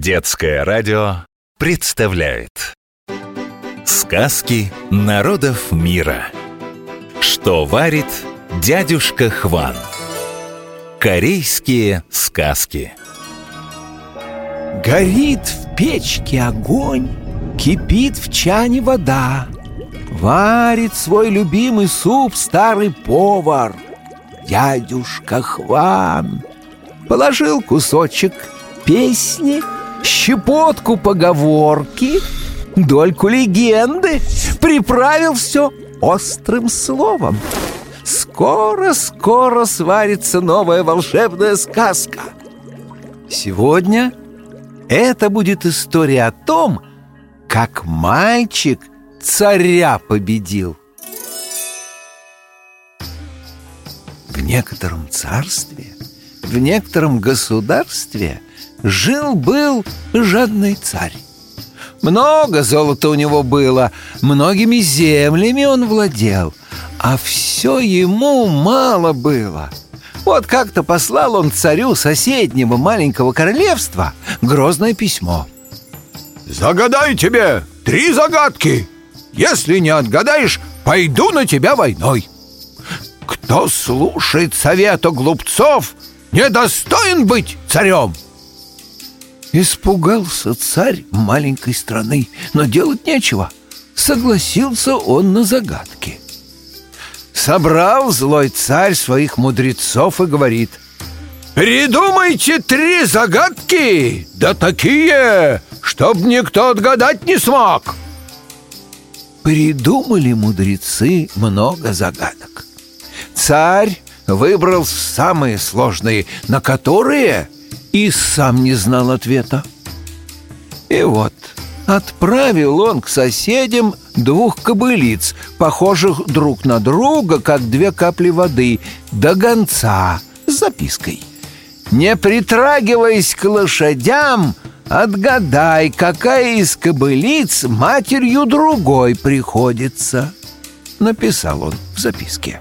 Детское радио представляет сказки народов мира. Что варит дядюшка Хван? Корейские сказки. Горит в печке огонь, кипит в чане вода. Варит свой любимый суп старый повар, дядюшка Хван. Положил кусочек песни, щепотку поговорки, дольку легенды, приправил все острым словом. Скоро сварится новая волшебная сказка. Сегодня это будет история о том, как мальчик царя победил. В некотором царстве, в некотором государстве жил-был жадный царь. Много золота у него было, многими землями он владел, а все ему мало было. Вот как-то послал он царю соседнего маленького королевства грозное письмо. «Загадай тебе 3 загадки. Если не отгадаешь, пойду на тебя войной. Кто слушает совета глупцов, недостоин быть царем». Испугался царь маленькой страны, но делать нечего. Согласился он на загадки. Собрал злой царь своих мудрецов и говорит: «Придумайте 3 загадки, да такие, чтоб никто отгадать не смог». Придумали мудрецы много загадок. Царь выбрал самые сложные, на которые и сам не знал ответа. И вот отправил он к соседям 2 кобылиц, похожих друг на друга, как 2 капли воды, до гонца с запиской: «Не притрагиваясь к лошадям, отгадай, какая из кобылиц матерью другой приходится». Написал он в записке.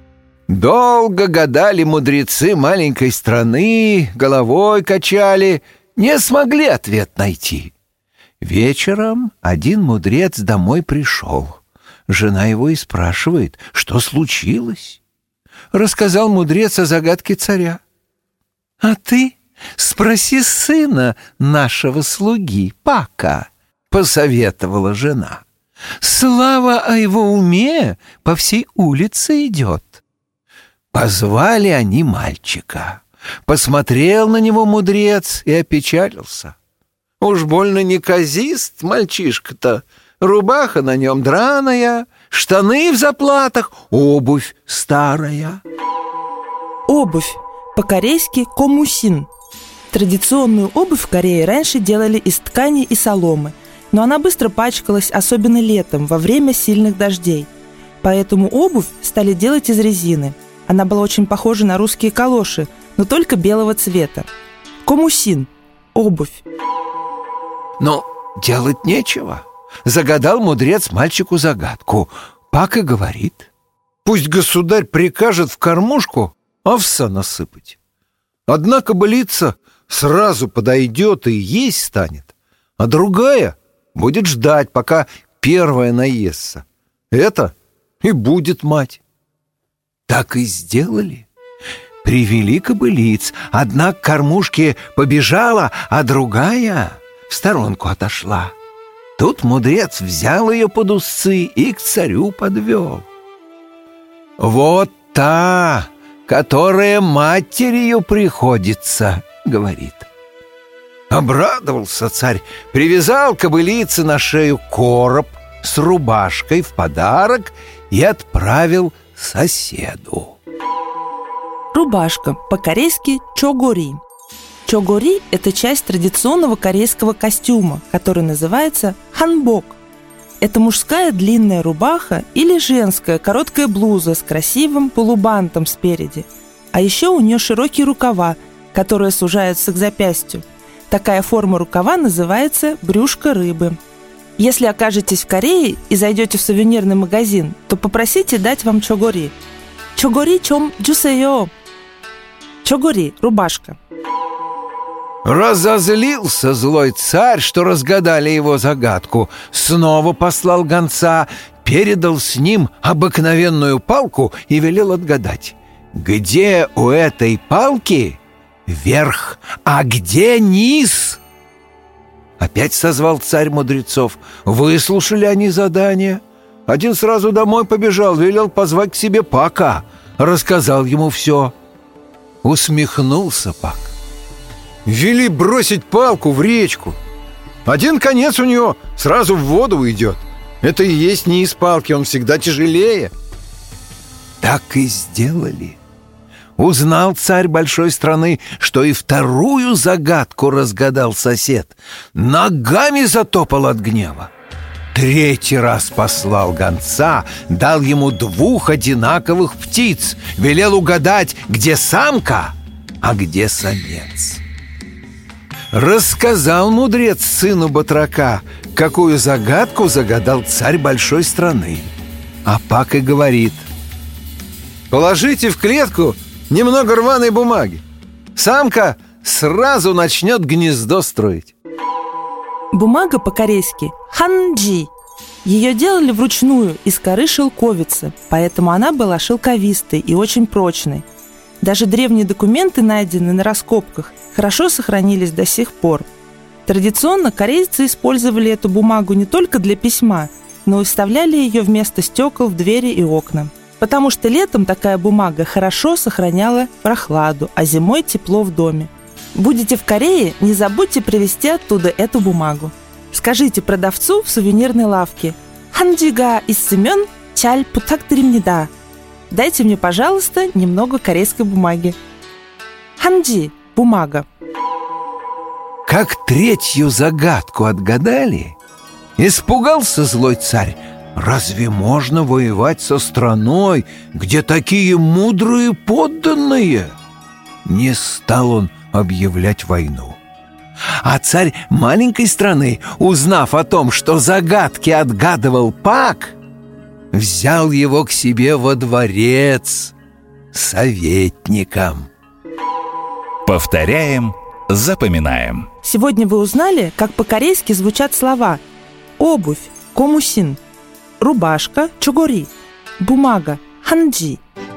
Долго гадали мудрецы маленькой страны, головой качали, не смогли ответ найти. Вечером один мудрец домой пришел. Жена его и спрашивает, что случилось. Рассказал мудрец о загадке царя. «А ты спроси сына нашего слуги, Пака», — посоветовала жена. «Слава о его уме по всей улице идет». Позвали они мальчика. Посмотрел на него мудрец и опечалился. Уж больно неказист мальчишка-то. Рубаха на нем драная, штаны в заплатах, обувь старая. Обувь. По-корейски комусин. Традиционную обувь в Корее раньше делали из ткани и соломы, но она быстро пачкалась, особенно летом, во время сильных дождей. Поэтому обувь стали делать из резины. Она была очень похожа на русские калоши, но только белого цвета. Комусин – обувь. Но делать нечего. Загадал мудрец мальчику загадку. Пака говорит: пусть государь прикажет в кормушку овса насыпать. Одна кобылица сразу подойдет и есть станет, а другая будет ждать, пока первая наестся. Это и будет мать. Так и сделали. Привели кобылиц. Одна к кормушке побежала, а другая в сторонку отошла. Тут мудрец взял ее под усы и к царю подвел. «Вот та, которая матерью приходится», — говорит. Обрадовался царь, привязал кобылице на шею короб с рубашкой в подарок и отправил соседу. Рубашка. По-корейски чогори. Чогори – это часть традиционного корейского костюма, который называется ханбок. Это мужская длинная рубаха или женская короткая блуза с красивым полубантом спереди. А еще у нее широкие рукава, которые сужаются к запястью. Такая форма рукава называется брюшко рыбы. Если окажетесь в Корее и зайдете в сувенирный магазин, то попросите дать вам чогори. Чогори чом джусеё. Чогори – рубашка. Разозлился злой царь, что разгадали его загадку, снова послал гонца, передал с ним обыкновенную палку и велел отгадать, где у этой палки верх, а где низ. Опять созвал царь мудрецов. Выслушали они задание. Один сразу домой побежал, велел позвать к себе Пака. Рассказал ему все. Усмехнулся Пак. Вели бросить палку в речку. Один конец у нее сразу в воду уйдет. Это и есть низ палки, он всегда тяжелее. Так и сделали. Узнал царь большой страны, что и вторую загадку разгадал сосед. Ногами затопал от гнева. Третий раз послал гонца, дал ему 2 одинаковых птиц, велел угадать, где самка, а где самец. Рассказал мудрец сыну батрака, какую загадку загадал царь большой страны. А Пак и говорит: положите в клетку немного рваной бумаги. Самка сразу начнет гнездо строить. Бумага по-корейски ханджи. Ее делали вручную из коры шелковицы, поэтому она была шелковистой и очень прочной. Даже древние документы, найденные на раскопках, хорошо сохранились до сих пор. Традиционно корейцы использовали эту бумагу не только для письма, но и вставляли ее вместо стекол в двери и окна. Потому что летом такая бумага хорошо сохраняла прохладу, а зимой тепло в доме. Будете в Корее, не забудьте привезти оттуда эту бумагу. Скажите продавцу в сувенирной лавке: «Ханджига иссымен чаль путакдримнида». Дайте мне, пожалуйста, немного корейской бумаги. Ханджи – бумага. Как третью загадку отгадали, испугался злой царь. Разве можно воевать со страной, где такие мудрые подданные? Не стал он объявлять войну. А царь маленькой страны, узнав о том, что загадки отгадывал Пак, взял его к себе во дворец советником. Повторяем, запоминаем. Сегодня вы узнали, как по-корейски звучат слова: обувь – комусин, рубашка – чогори, бумага – ханджи.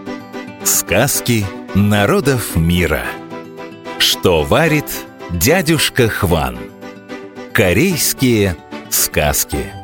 Сказки народов мира. Что варит дядюшка Хван? Корейские сказки.